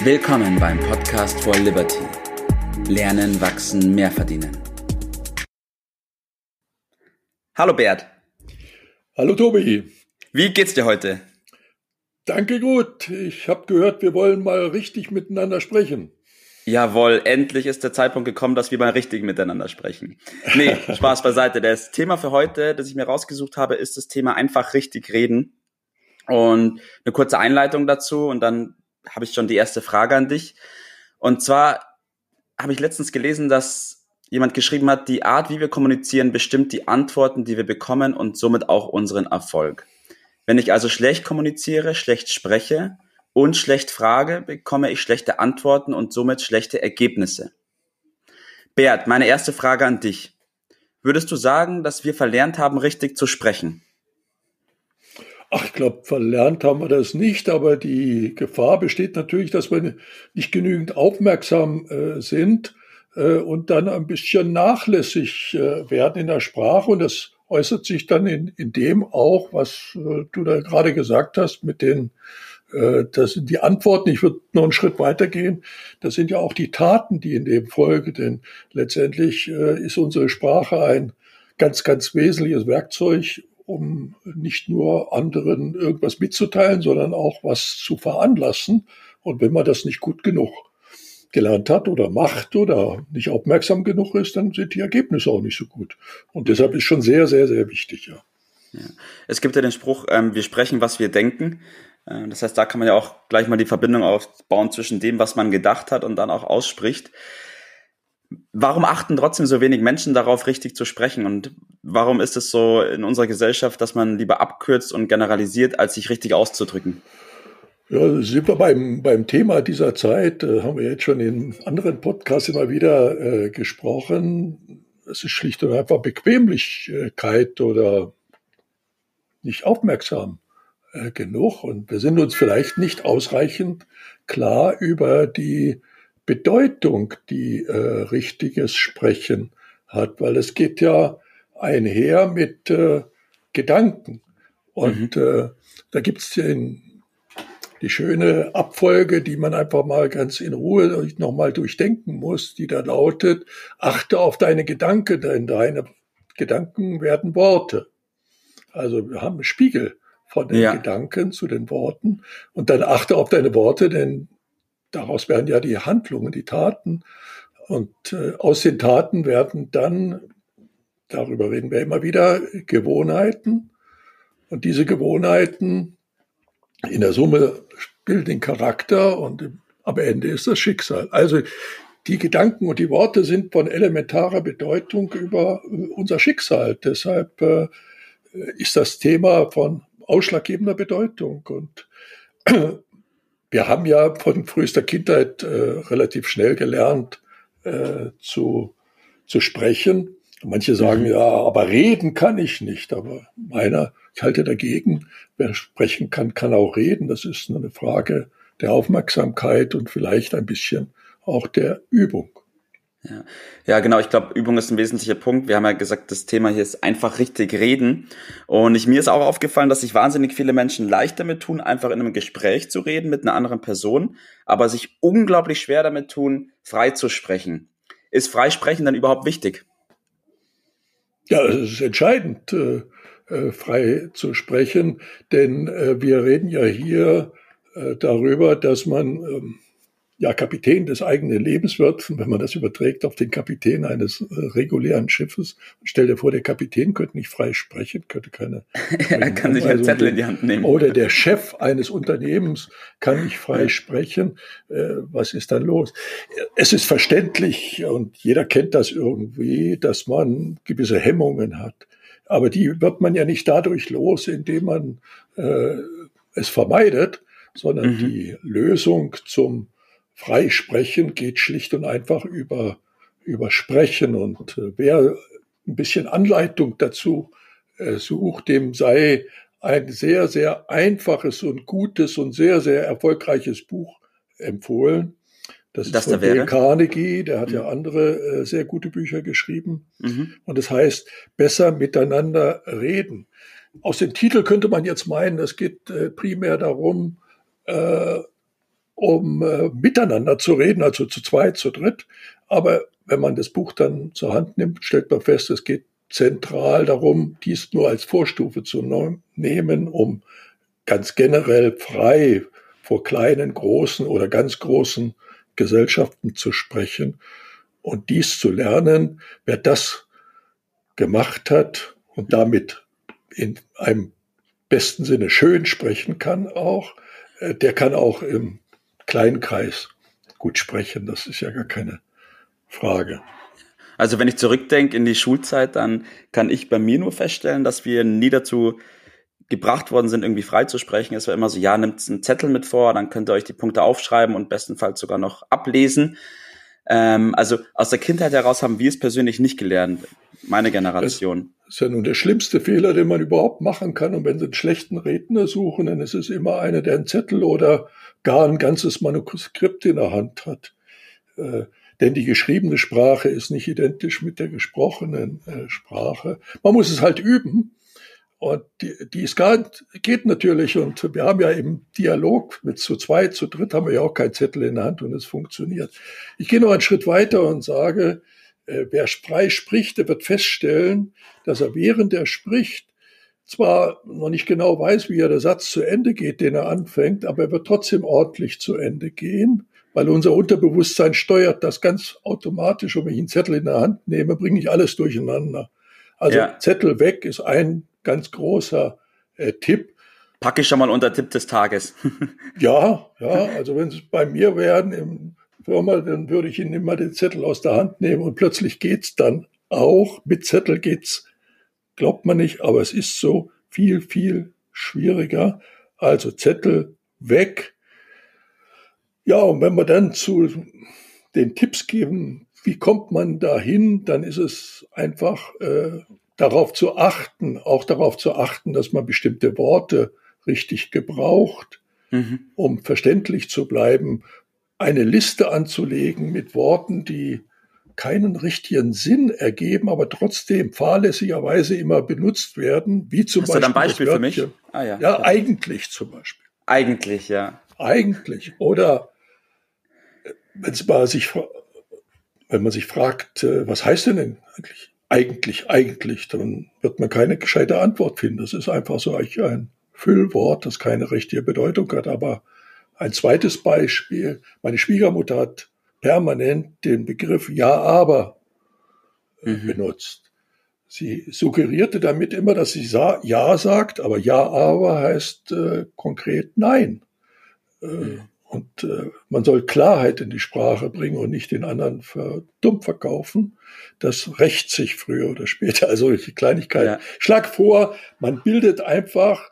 Willkommen beim Podcast for Liberty. Lernen, wachsen, mehr verdienen. Hallo Bert. Hallo Tobi. Wie geht's dir heute? Danke gut. Ich habe gehört, wir wollen mal richtig miteinander sprechen. Jawohl, endlich ist der Zeitpunkt gekommen, dass wir mal richtig miteinander sprechen. Nee, Spaß beiseite. Das Thema für heute, das ich mir rausgesucht habe, ist das Thema einfach richtig reden. Und eine kurze Einleitung dazu und dann habe ich schon die erste Frage an dich. Und zwar habe ich letztens gelesen, dass jemand geschrieben hat, die Art, wie wir kommunizieren, bestimmt die Antworten, die wir bekommen und somit auch unseren Erfolg. Wenn ich also schlecht kommuniziere, schlecht spreche und schlecht frage, bekomme ich schlechte Antworten und somit schlechte Ergebnisse. Bert, meine erste Frage an dich. Würdest du sagen, dass wir verlernt haben, richtig zu sprechen? Ach, ich glaube, verlernt haben wir das nicht, aber die Gefahr besteht natürlich, dass wir nicht genügend aufmerksam sind und dann ein bisschen nachlässig werden in der Sprache. Und das äußert sich dann in dem auch, was du da gerade gesagt hast, mit das sind die Antworten. Ich würde noch einen Schritt weitergehen. Das sind ja auch die Taten, die in dem folgen, denn letztendlich ist unsere Sprache ein ganz, ganz wesentliches Werkzeug, um nicht nur anderen irgendwas mitzuteilen, sondern auch was zu veranlassen. Und wenn man das nicht gut genug gelernt hat oder macht oder nicht aufmerksam genug ist, dann sind die Ergebnisse auch nicht so gut. Und deshalb ist schon sehr, sehr, sehr wichtig, ja. Ja. Es gibt ja den Spruch, wir sprechen, was wir denken. Das heißt, da kann man ja auch gleich mal die Verbindung aufbauen zwischen dem, was man gedacht hat und dann auch ausspricht. Warum achten trotzdem so wenig Menschen darauf, richtig zu sprechen? Und warum ist es so in unserer Gesellschaft, dass man lieber abkürzt und generalisiert, als sich richtig auszudrücken? Ja, sind wir beim Thema dieser Zeit, haben wir jetzt schon in anderen Podcasts immer wieder gesprochen. Es ist schlicht und einfach Bequemlichkeit oder nicht aufmerksam genug. Und wir sind uns vielleicht nicht ausreichend klar über die Bedeutung, die richtiges Sprechen hat, weil es geht ja einher mit Gedanken. Und da gibt's die schöne Abfolge, die man einfach mal ganz in Ruhe nochmal durchdenken muss, die da lautet: Achte auf deine Gedanken, denn deine Gedanken werden Worte. Also wir haben einen Spiegel von den Gedanken zu den Worten und dann achte auf deine Worte, denn daraus werden ja die Handlungen, die Taten und aus den Taten werden dann, darüber reden wir immer wieder, Gewohnheiten und diese Gewohnheiten in der Summe bilden den Charakter und am Ende ist das Schicksal. Also die Gedanken und die Worte sind von elementarer Bedeutung über unser Schicksal. Deshalb ist das Thema von ausschlaggebender Bedeutung. Und wir haben ja von frühester Kindheit relativ schnell gelernt zu sprechen. Manche sagen, ja, aber reden kann ich nicht. Aber ich halte dagegen, wer sprechen kann, kann auch reden. Das ist eine Frage der Aufmerksamkeit und vielleicht ein bisschen auch der Übung. Ja, genau. Ich glaube, Übung ist ein wesentlicher Punkt. Wir haben ja gesagt, das Thema hier ist einfach richtig reden. Und mir ist auch aufgefallen, dass sich wahnsinnig viele Menschen leicht damit tun, einfach in einem Gespräch zu reden mit einer anderen Person, aber sich unglaublich schwer damit tun, frei zu sprechen. Ist Freisprechen dann überhaupt wichtig? Ja, es ist entscheidend, frei zu sprechen, denn wir reden ja hier darüber, dass man Kapitän des eigenen Lebens wird. Und wenn man das überträgt auf den Kapitän eines regulären Schiffes, stell dir vor, der Kapitän könnte nicht frei sprechen, könnte keine. Er kann sich einen Zettel in die Hand nehmen. Oder der Chef eines Unternehmens kann nicht frei sprechen. Was ist dann los? Es ist verständlich und jeder kennt das irgendwie, dass man gewisse Hemmungen hat. Aber die wird man ja nicht dadurch los, indem man es vermeidet, sondern die Lösung zum Freisprechen geht schlicht und einfach über Sprechen. Und wer ein bisschen Anleitung dazu sucht, dem sei ein sehr, sehr einfaches und gutes und sehr, sehr erfolgreiches Buch empfohlen. Das ist von Dale Carnegie, der hat ja andere sehr gute Bücher geschrieben. Und das heißt, besser miteinander reden. Aus dem Titel könnte man jetzt meinen, es geht primär darum, um miteinander zu reden, also zu zweit, zu dritt. Aber wenn man das Buch dann zur Hand nimmt, stellt man fest, es geht zentral darum, dies nur als Vorstufe zu nehmen, um ganz generell frei vor kleinen, großen oder ganz großen Gesellschaften zu sprechen. Und dies zu lernen, wer das gemacht hat und damit in einem besten Sinne schön sprechen kann auch, der kann auch im kleinen Kreis gut sprechen. Das ist ja gar keine Frage. Also wenn ich zurückdenke in die Schulzeit, dann kann ich bei mir nur feststellen, dass wir nie dazu gebracht worden sind, irgendwie frei zu sprechen. Es war immer so, ja, nehmt einen Zettel mit vor, dann könnt ihr euch die Punkte aufschreiben und bestenfalls sogar noch ablesen. Also aus der Kindheit heraus haben wir es persönlich nicht gelernt, meine Generation. Das ist ja nun der schlimmste Fehler, den man überhaupt machen kann. Und wenn Sie einen schlechten Redner suchen, dann ist es immer einer, der einen Zettel oder gar ein ganzes Manuskript in der Hand hat. Denn die geschriebene Sprache ist nicht identisch mit der gesprochenen Sprache. Man muss es halt üben. Und geht natürlich. Und wir haben ja im Dialog mit zu zweit, zu dritt haben wir ja auch keinen Zettel in der Hand und es funktioniert. Ich gehe noch einen Schritt weiter und sage, wer frei spricht, der wird feststellen, dass er während er spricht zwar noch nicht genau weiß, wie der Satz zu Ende geht, den er anfängt, aber er wird trotzdem ordentlich zu Ende gehen, weil unser Unterbewusstsein steuert das ganz automatisch. Und wenn ich einen Zettel in der Hand nehme, bringe ich alles durcheinander. Also ja. Zettel weg ist ein ganz großer Tipp. Packe ich schon mal unter Tipp des Tages. Ja, also wenn es bei mir wären im Firma, dann würde ich Ihnen immer den Zettel aus der Hand nehmen und plötzlich geht's dann auch. Mit Zettel geht's, glaubt man nicht, aber es ist so viel, viel schwieriger. Also Zettel weg. Ja, und wenn wir dann zu den Tipps geben, wie kommt man dahin, dann ist es einfach darauf zu achten, dass man bestimmte Worte richtig gebraucht, um verständlich zu bleiben, eine Liste anzulegen mit Worten, die keinen richtigen Sinn ergeben, aber trotzdem fahrlässigerweise immer benutzt werden, wie zum Beispiel. Hast du da ein Beispiel für mich? Ja, eigentlich zum Beispiel. Eigentlich, ja. Eigentlich. Oder wenn man sich fragt, was heißt denn eigentlich, dann wird man keine gescheite Antwort finden. Das ist einfach so ein Füllwort, das keine richtige Bedeutung hat. Aber ein zweites Beispiel, meine Schwiegermutter hat permanent den Begriff Ja, aber benutzt. Sie suggerierte damit immer, dass sie Ja sagt, aber Ja, aber heißt konkret Nein. Und man soll Klarheit in die Sprache bringen und nicht den anderen für dumm verkaufen. Das rächt sich früher oder später. Also die Kleinigkeit. Ja. Schlag vor, man bildet einfach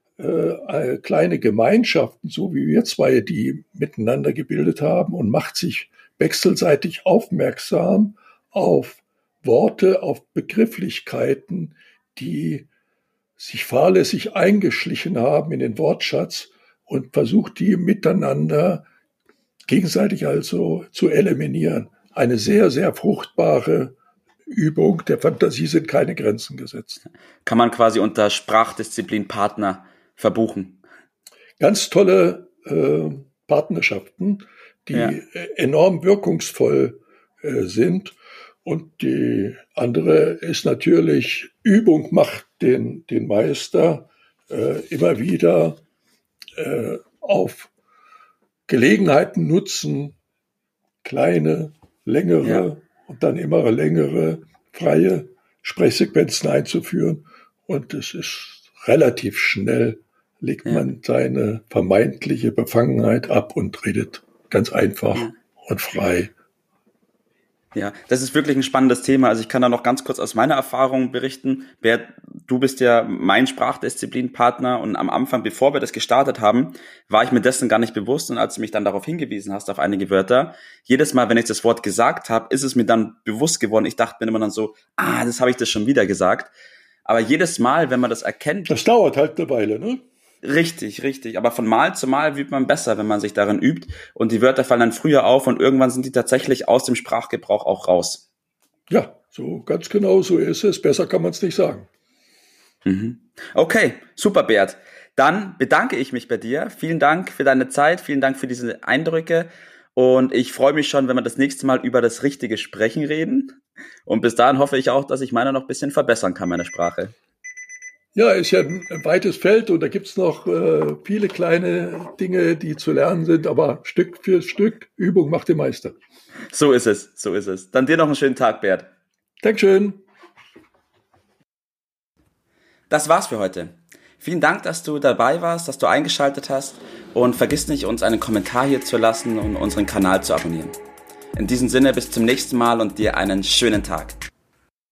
kleine Gemeinschaften, so wie wir zwei, die miteinander gebildet haben, und macht sich wechselseitig aufmerksam auf Worte, auf Begrifflichkeiten, die sich fahrlässig eingeschlichen haben in den Wortschatz, und versucht, die miteinander gegenseitig also zu eliminieren. Eine sehr, sehr fruchtbare Übung. Der Fantasie sind keine Grenzen gesetzt. Kann man quasi unter Sprachdisziplin Partner verbuchen. Ganz tolle Partnerschaften, die enorm wirkungsvoll sind. Und die andere ist natürlich, Übung macht den Meister, immer wieder auf Gelegenheiten nutzen, kleine, längere und dann immer längere freie Sprechsequenzen einzuführen. Und es ist relativ schnell, legt man seine vermeintliche Befangenheit ab und redet ganz einfach und frei. Ja, das ist wirklich ein spannendes Thema. Also ich kann da noch ganz kurz aus meiner Erfahrung berichten. Bert, du bist ja mein Sprachdisziplinpartner, und am Anfang, bevor wir das gestartet haben, war ich mir dessen gar nicht bewusst, und als du mich dann darauf hingewiesen hast, auf einige Wörter, jedes Mal, wenn ich das Wort gesagt habe, ist es mir dann bewusst geworden. Ich dachte mir immer dann so, das habe ich das schon wieder gesagt. Aber jedes Mal, wenn man das erkennt... Das dauert halt eine Weile, ne? Richtig. Aber von Mal zu Mal übt man besser, wenn man sich darin übt. Und die Wörter fallen dann früher auf und irgendwann sind die tatsächlich aus dem Sprachgebrauch auch raus. Ja, so ganz genau so ist es. Besser kann man es nicht sagen. Okay, super, Bert. Dann bedanke ich mich bei dir. Vielen Dank für deine Zeit, vielen Dank für diese Eindrücke. Und ich freue mich schon, wenn wir das nächste Mal über das richtige Sprechen reden. Und bis dahin hoffe ich auch, dass ich meine noch ein bisschen verbessern kann, meine Sprache. Ja, ist ja ein weites Feld und da gibt's noch viele kleine Dinge, die zu lernen sind, aber Stück für Stück, Übung macht den Meister. So ist es, so ist es. Dann dir noch einen schönen Tag, Bert. Dankeschön. Das war's für heute. Vielen Dank, dass du dabei warst, dass du eingeschaltet hast und vergiss nicht, uns einen Kommentar hier zu lassen und unseren Kanal zu abonnieren. In diesem Sinne, bis zum nächsten Mal und dir einen schönen Tag.